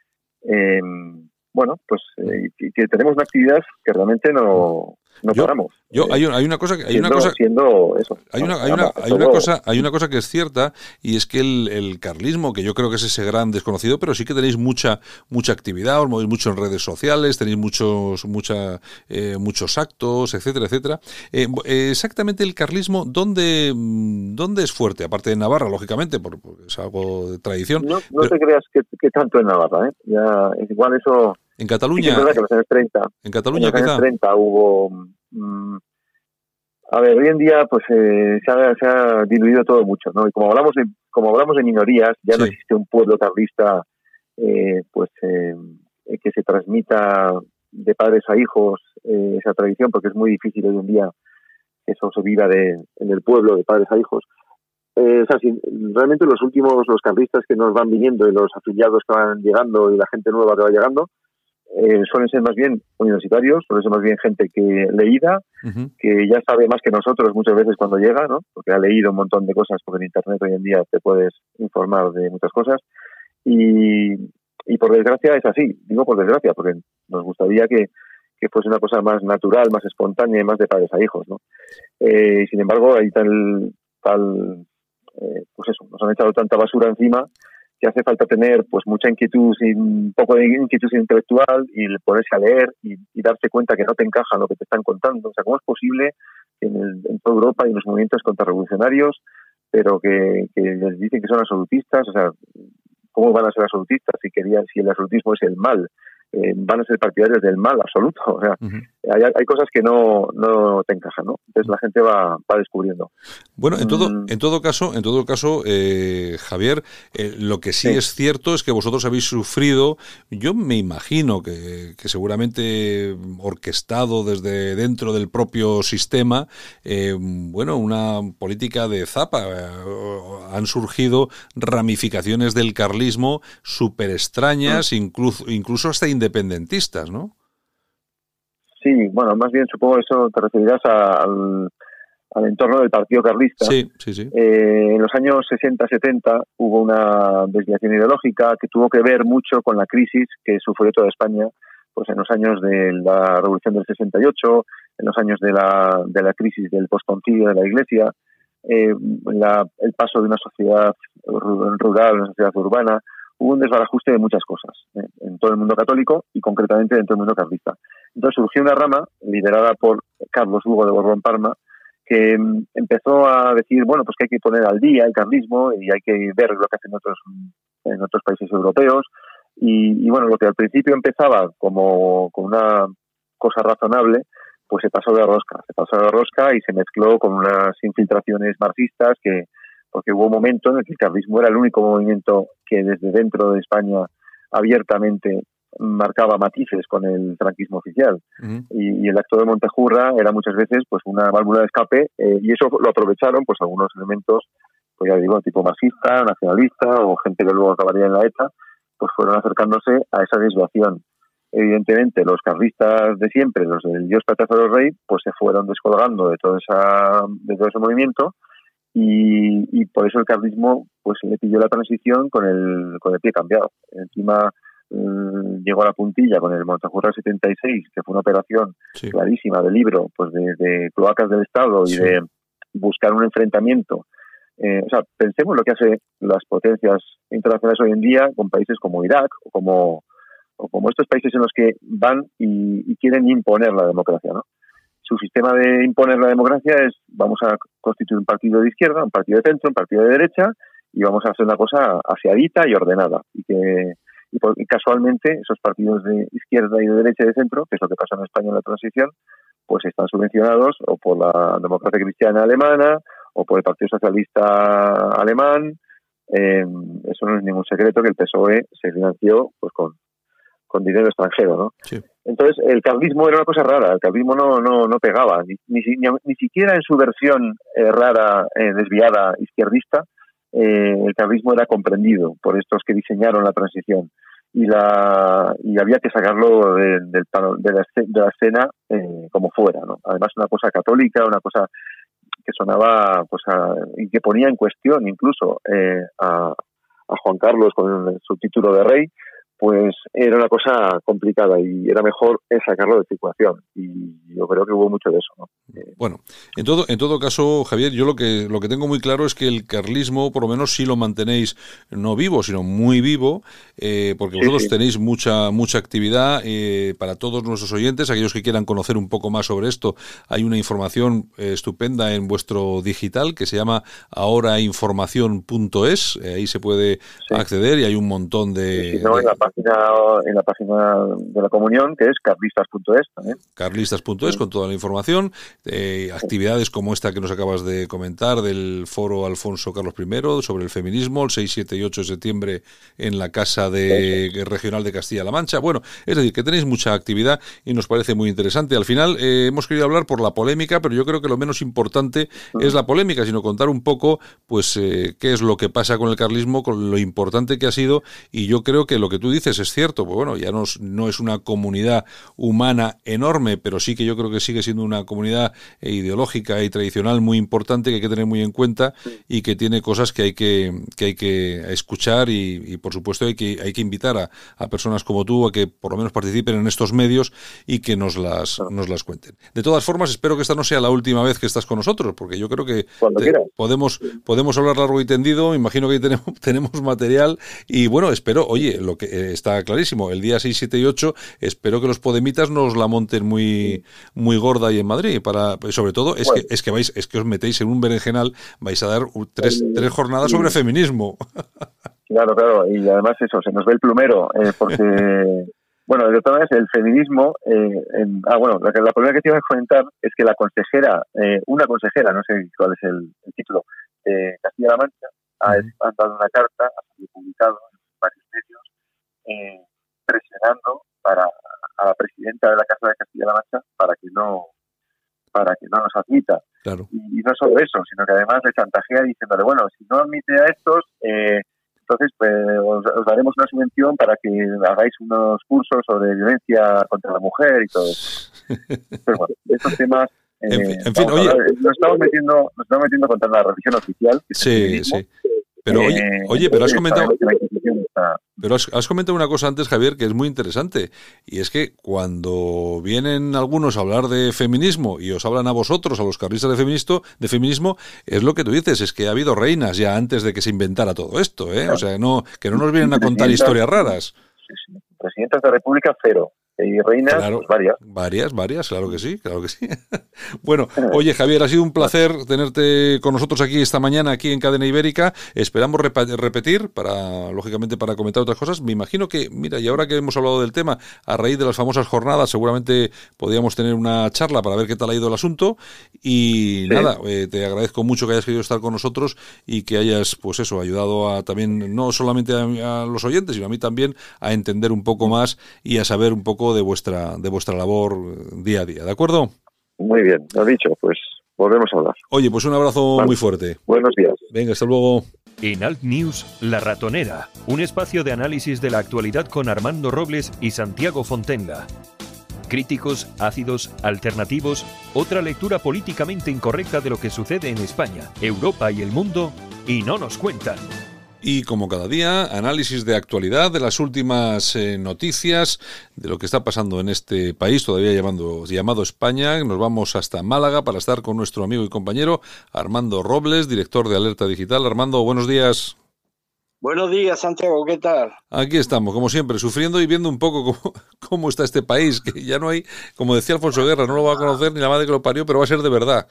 Eh, bueno, pues eh, que, que tenemos una actividad que realmente no, no yo, paramos. Yo hay, hay una cosa que hay siendo, una cosa siendo eso. Hay una hay una hay una cosa hay una cosa que es cierta, y es que el, el carlismo, que yo creo que es ese gran desconocido, pero sí que tenéis mucha mucha actividad, os movéis mucho en redes sociales, tenéis muchos mucha eh, muchos actos, etcétera, etcétera. Eh, exactamente el carlismo, ¿dónde dónde es fuerte? Aparte de Navarra, lógicamente, porque es algo de tradición. No, no pero, te creas que, que tanto en Navarra, ¿eh? Ya es igual eso. En Cataluña. Sí, es verdad que en los años treinta. En Cataluña, en los años quizá. treinta hubo. Mmm, a ver, hoy en día pues eh, se, ha, se ha diluido todo mucho, ¿no? Y como hablamos de, como hablamos de minorías, ya sí. No existe un pueblo carlista eh, pues eh, que se transmita de padres a hijos eh, esa tradición, porque es muy difícil hoy en día que eso se viva de, en el pueblo de padres a hijos. Eh, o sea, si, realmente los últimos, los carlistas que nos van viniendo y los afiliados que van llegando y la gente nueva que va llegando, eh, suelen ser más bien universitarios, suelen ser más bien gente que leída, uh-huh. que ya sabe más que nosotros muchas veces cuando llega, ¿no? Porque ha leído un montón de cosas, porque en internet hoy en día te puedes informar de muchas cosas, y, y por desgracia es así, digo por desgracia, porque nos gustaría que, que fuese una cosa más natural, más espontánea y más de padres a hijos, ¿no? Eh, sin embargo, hay tal, tal eh, pues eso, nos han echado tanta basura encima que hace falta tener pues mucha inquietud, un poco de inquietud intelectual y ponerse a leer y, y darse cuenta que no te encaja lo que te están contando. O sea, ¿cómo es posible que en, el, en toda Europa hay unos movimientos contrarrevolucionarios, pero que, que les dicen que son absolutistas? O sea, ¿cómo van a ser absolutistas si querían, si el absolutismo es el mal? Eh, van a ser partidarios del mal absoluto. O sea, uh-huh. hay, hay cosas que no, no te encajan, ¿no? Entonces la gente va, va descubriendo. Bueno, en todo, en todo caso, en todo caso, eh, Javier, eh, lo que sí, sí es cierto es que vosotros habéis sufrido, yo me imagino que, que seguramente orquestado desde dentro del propio sistema, eh, bueno, una política de zapa. Eh, han surgido ramificaciones del carlismo súper extrañas, uh-huh. incluso, incluso hasta independentistas, ¿no? Sí, bueno, más bien supongo eso te referirás a, al, al entorno del Partido Carlista. Sí, sí, sí. Eh, en los años sesenta setenta hubo una desviación ideológica que tuvo que ver mucho con la crisis que sufrió toda España, pues en los años de la Revolución del sesenta y ocho, en los años de la, de la crisis del posconcilio de la Iglesia, eh, la, el paso de una sociedad rural a una sociedad urbana. Hubo un desbarajuste de muchas cosas ¿eh? en todo el mundo católico y concretamente dentro del mundo carlista. Entonces surgió una rama liderada por Carlos Hugo de Borbón-Parma que um, empezó a decir, bueno, pues que hay que poner al día el carlismo y hay que ver lo que hacen otros, en otros países europeos. Y, y bueno, lo que al principio empezaba como con una cosa razonable, pues se pasó de rosca. Se pasó de rosca y se mezcló con unas infiltraciones marxistas que porque hubo un momento en el que el carlismo era el único movimiento que desde dentro de España abiertamente marcaba matices con el franquismo oficial. Uh-huh. Y, y el acto de Montejurra era muchas veces pues una válvula de escape eh, y eso lo aprovecharon pues algunos elementos, pues ya digo, tipo marxista, nacionalista o gente que luego acabaría en la ETA, pues fueron acercándose a esa desviación. Evidentemente los carlistas de siempre, los del Dios Patrón Rey, pues se fueron descolgando de todo, esa, de todo ese movimiento. y, y por eso el carlismo pues le pilló la transición con el con el pie cambiado. Encima mmm, llegó a la puntilla con el Montajurra setenta y seis, que fue una operación sí. clarísima de libro, pues de, de cloacas del Estado y sí. de buscar un enfrentamiento. Eh, o sea, pensemos lo que hacen las potencias internacionales hoy en día con países como Irak o como, o como estos países en los que van y, y quieren imponer la democracia, ¿no? Su sistema de imponer la democracia es, vamos a constituir un partido de izquierda, un partido de centro, un partido de derecha, y vamos a hacer una cosa aseadita y ordenada. Y que y, por, y casualmente esos partidos de izquierda y de derecha y de centro, que es lo que pasó en España en la transición, pues están subvencionados o por la Democracia Cristiana Alemana o por el Partido Socialista Alemán. Eh, eso no es ningún secreto que el P S O E se financió pues con, con dinero extranjero, ¿no? Sí. Entonces, el carlismo era una cosa rara, el carlismo no no no pegaba, ni ni, ni, ni siquiera en su versión eh, rara, eh, desviada, izquierdista, eh, el carlismo era comprendido por estos que diseñaron la transición y la y había que sacarlo de, de, de, la, de la escena eh, como fuera, ¿no? Además, una cosa católica, una cosa que sonaba, pues, a, y que ponía en cuestión incluso eh, a, a Juan Carlos con su título de rey, pues era una cosa complicada y era mejor sacarlo de circulación, y yo creo que hubo mucho de eso, ¿no? Bueno, en todo en todo caso, Javier, yo lo que lo que tengo muy claro es que el carlismo, por lo menos, sí lo mantenéis no vivo, sino muy vivo, eh, porque sí, vosotros sí. tenéis mucha mucha actividad. Eh, para todos nuestros oyentes, aquellos que quieran conocer un poco más sobre esto, hay una información eh, estupenda en vuestro digital que se llama ahora información punto es, eh, ahí se puede sí. acceder y hay un montón de... Sí, sí, no, de... en la página en la página de la comunión, que es carlistas punto es también. carlistas punto es sí. con toda la información, eh, actividades como esta que nos acabas de comentar del Foro Alfonso Carlos primero sobre el feminismo, el seis, siete y ocho de septiembre en la Casa de sí. Regional de Castilla-La Mancha. Bueno, es decir, que tenéis mucha actividad y nos parece muy interesante. Al final eh, hemos querido hablar por la polémica, pero yo creo que lo menos importante uh-huh. es la polémica, sino contar un poco pues eh, qué es lo que pasa con el carlismo, con lo importante que ha sido, y yo creo que lo que tú dices es cierto. Pues bueno, ya no, no es una comunidad humana enorme, pero sí que yo creo que sigue siendo una comunidad eh, ideológica y tradicional muy importante que hay que tener muy en cuenta y que tiene cosas que hay que, que hay que escuchar y, y por supuesto hay que hay que invitar a, a personas como tú a que por lo menos participen en estos medios y que nos las nos las cuenten. De todas formas, espero que esta no sea la última vez que estás con nosotros, porque yo creo que te, podemos podemos hablar largo y tendido. Imagino que tenemos tenemos material y bueno, espero, oye, lo que eh, está clarísimo, el día seis, siete y ocho espero que los podemitas nos la monten muy muy gorda y en Madrid, para sobre todo es bueno. que es que vais es que os metéis en un berenjenal, vais a dar tres el, tres jornadas sí. sobre feminismo. Claro, claro, y además eso, se nos ve el plumero, eh, porque bueno, de todas maneras el feminismo eh, en, ah bueno, la, la primera que te iba a comentar es que la consejera, eh, una consejera, no sé cuál es el, el título, de Castilla-La Mancha, ha, ha dado una carta, ha sido publicado en varios medios, eh, presionando para a la presidenta de la Casa de Castilla-La Mancha para que no para que no nos admita. Claro. Y, y no solo eso, sino que además le chantajea diciéndole, bueno, si no admite a estos, eh, entonces pues, os, os daremos una subvención para que hagáis unos cursos sobre violencia contra la mujer y todo eso. Pero bueno, estos temas... Eh, en fin, en fin oye... Hablar, nos estamos metiendo nos estamos metiendo contra la religión oficial. Que sí, sí. Pero oye, eh, oye, pero has comentado pero has, has comentado una cosa antes, Javier, que es muy interesante, y es que cuando vienen algunos a hablar de feminismo y os hablan a vosotros, a los carlistas de feminismo, de feminismo, es lo que tú dices, es que ha habido reinas ya antes de que se inventara todo esto, ¿eh? O sea, no que no nos vienen a contar historias raras. Sí, sí. Presidentas de República, cero. Y reinas, claro, pues varias. Varias, varias, claro que sí, claro que sí. Bueno, oye, Javier, ha sido un placer tenerte con nosotros aquí esta mañana, aquí en Cadena Ibérica. Esperamos rep- repetir, para lógicamente para comentar otras cosas. Me imagino que, mira, y ahora que hemos hablado del tema, a raíz de las famosas jornadas, seguramente podríamos tener una charla para ver qué tal ha ido el asunto. Y sí. nada, eh, te agradezco mucho que hayas querido estar con nosotros y que hayas, pues eso, ayudado a también, no solamente a, a los oyentes, sino a mí también, a entender un poco más y a saber un poco de vuestra de vuestra labor día a día, ¿de acuerdo? Muy bien, lo dicho, pues volvemos a hablar. Oye, pues un abrazo vale. muy fuerte. Buenos días. Venga, hasta luego. En Alt News, La Ratonera, un espacio de análisis de la actualidad con Armando Robles y Santiago Fontenga. Críticos, ácidos, alternativos, otra lectura políticamente incorrecta de lo que sucede en España, Europa y el mundo, y no nos cuentan. Y como cada día, análisis de actualidad de las últimas eh, noticias de lo que está pasando en este país, todavía llamando, llamado España. Nos vamos hasta Málaga para estar con nuestro amigo y compañero Armando Robles, director de Alerta Digital. Armando, buenos días. Buenos días, Santiago, ¿qué tal? Aquí estamos, como siempre, sufriendo y viendo un poco cómo, cómo está este país, que ya no hay, como decía Alfonso Guerra, no lo va a conocer ni la madre que lo parió, pero va a ser de verdad.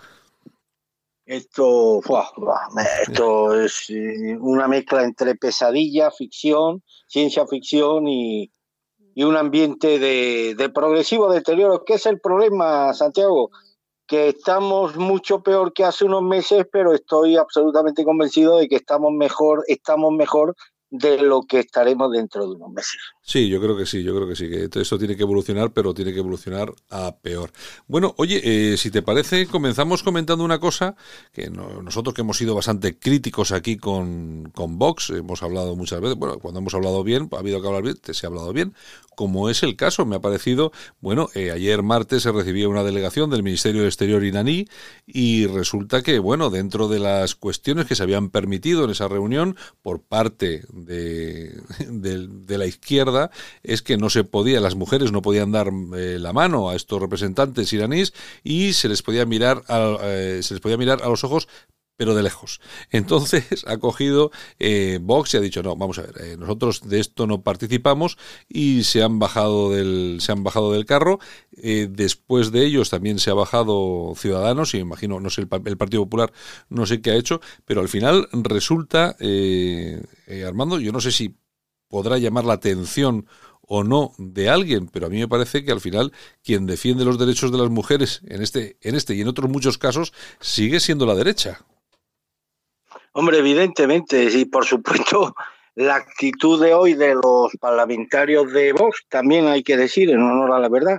Esto, ¡buah! Esto es una mezcla entre pesadilla, ficción, ciencia ficción y, y un ambiente de, de progresivo deterioro. ¿Qué es el problema, Santiago? Que estamos mucho peor que hace unos meses, pero estoy absolutamente convencido de que estamos mejor, estamos mejor de lo que estaremos dentro de unos meses. Sí, yo creo que sí, yo creo que sí, que esto tiene que evolucionar, pero tiene que evolucionar a peor. Bueno, oye, eh, si te parece, comenzamos comentando una cosa, que no, nosotros que hemos sido bastante críticos aquí con, con Vox, hemos hablado muchas veces, bueno, cuando hemos hablado bien, ha habido que hablar bien, se ha hablado bien, como es el caso, me ha parecido, bueno, eh, ayer martes se recibía una delegación del Ministerio de Exterior iraní y resulta que, bueno, dentro de las cuestiones que se habían permitido en esa reunión por parte de, de, de la izquierda, es que no se podía, las mujeres no podían dar eh, la mano a estos representantes iraníes y se les podía mirar a, eh, se les podía mirar a los ojos, pero de lejos. Entonces ha cogido eh, Vox y ha dicho, no, vamos a ver, eh, nosotros de esto no participamos y se han bajado del, se han bajado del carro. Eh, después de ellos también se ha bajado Ciudadanos y imagino, no sé, el, el Partido Popular, no sé qué ha hecho, pero al final resulta, eh, eh, Armando, yo no sé si podrá llamar la atención o no de alguien, pero a mí me parece que al final quien defiende los derechos de las mujeres en este, en este y en otros muchos casos sigue siendo la derecha. Hombre, evidentemente, y por supuesto la actitud de hoy de los parlamentarios de Vox, también hay que decir, en honor a la verdad,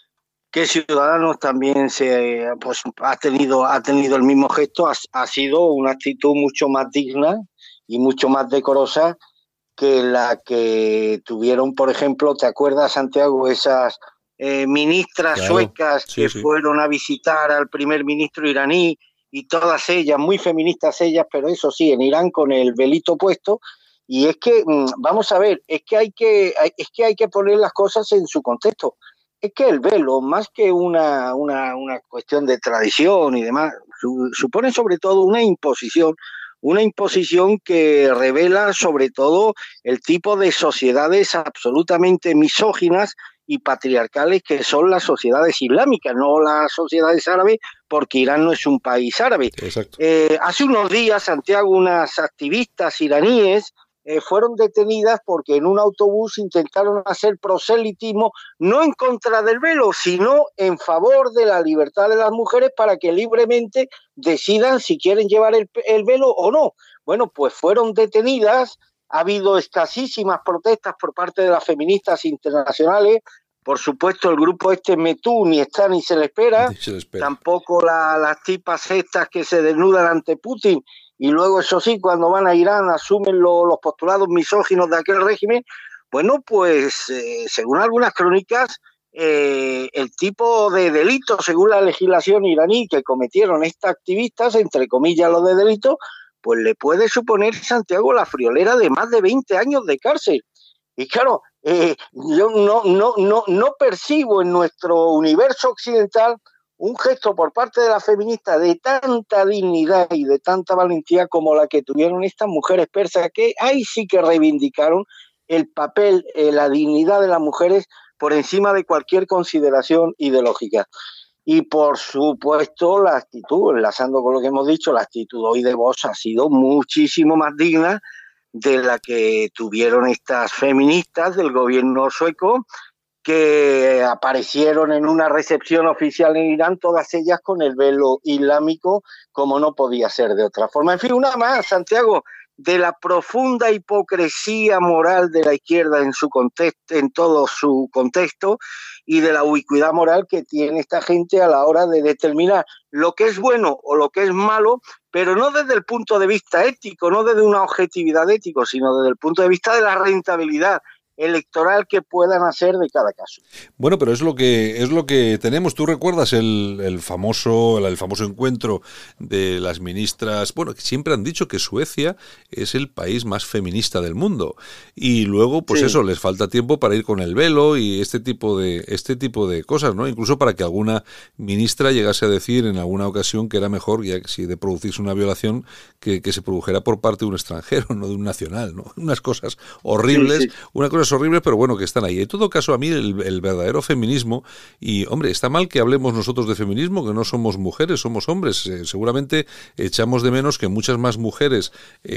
que Ciudadanos también se pues ha tenido, ha tenido el mismo gesto, ha, ha sido una actitud mucho más digna y mucho más decorosa que la que tuvieron, por ejemplo, ¿te acuerdas, Santiago, esas eh, ministras claro, suecas sí, que sí. fueron a visitar al primer ministro iraní y todas ellas, muy feministas ellas, pero eso sí, en Irán con el velito puesto? Y es que, vamos a ver, es que hay que, es que, hay que poner las cosas en su contexto. Es que el velo, más que una, una, una cuestión de tradición y demás, su, supone sobre todo una imposición, una imposición que revela sobre todo el tipo de sociedades absolutamente misóginas y patriarcales que son las sociedades islámicas, no las sociedades árabes, porque Irán no es un país árabe. Eh, hace unos días, Santiago, unas activistas iraníes eh, fueron detenidas porque en un autobús intentaron hacer proselitismo no en contra del velo, sino en favor de la libertad de las mujeres para que libremente decidan si quieren llevar el, el velo o no. Bueno, pues fueron detenidas, ha habido escasísimas protestas por parte de las feministas internacionales. Por supuesto, el grupo este Metú ni está ni se le espera, se le espera. Tampoco la, las tipas estas que se desnudan ante Putin y luego, eso sí, cuando van a Irán asumen lo, los postulados misóginos de aquel régimen. Bueno, pues eh, según algunas crónicas, eh, el tipo de delito, según la legislación iraní, que cometieron estas activistas, entre comillas lo de delito, pues le puede suponer, Santiago, la friolera de más de veinte años de cárcel. Y claro, eh, yo no, no, no, no percibo en nuestro universo occidental un gesto por parte de las feministas de tanta dignidad y de tanta valentía como la que tuvieron estas mujeres persas, que ahí sí que reivindicaron el papel, eh, la dignidad de las mujeres por encima de cualquier consideración ideológica. Y por supuesto la actitud, enlazando con lo que hemos dicho, la actitud hoy de Vox ha sido muchísimo más digna de la que tuvieron estas feministas del gobierno sueco, que aparecieron en una recepción oficial en Irán, todas ellas con el velo islámico, como no podía ser de otra forma. En fin, una más, Santiago, de la profunda hipocresía moral de la izquierda en su contexto, en todo su contexto, y de la ubicuidad moral que tiene esta gente a la hora de determinar lo que es bueno o lo que es malo, pero no desde el punto de vista ético, no desde una objetividad ético, sino desde el punto de vista de la rentabilidad. electoral que puedan hacer de cada caso. Bueno, pero es lo que es lo que tenemos. ¿Tú recuerdas el, el famoso el, el famoso encuentro de las ministras? Bueno, que siempre han dicho que Suecia es el país más feminista del mundo y luego, pues sí. eso, les falta tiempo para ir con el velo y este tipo de este tipo de cosas, ¿no? Incluso para que alguna ministra llegase a decir en alguna ocasión que era mejor, ya que si de producirse una violación, que, que se produjera por parte de un extranjero, no de un nacional, ¿no? Unas cosas horribles, sí, sí. Una cosa horribles, pero bueno, que están ahí. En todo caso, a mí el, el verdadero feminismo, y hombre, está mal que hablemos nosotros de feminismo, que no somos mujeres, somos hombres. Eh, seguramente echamos de menos que muchas más mujeres eh,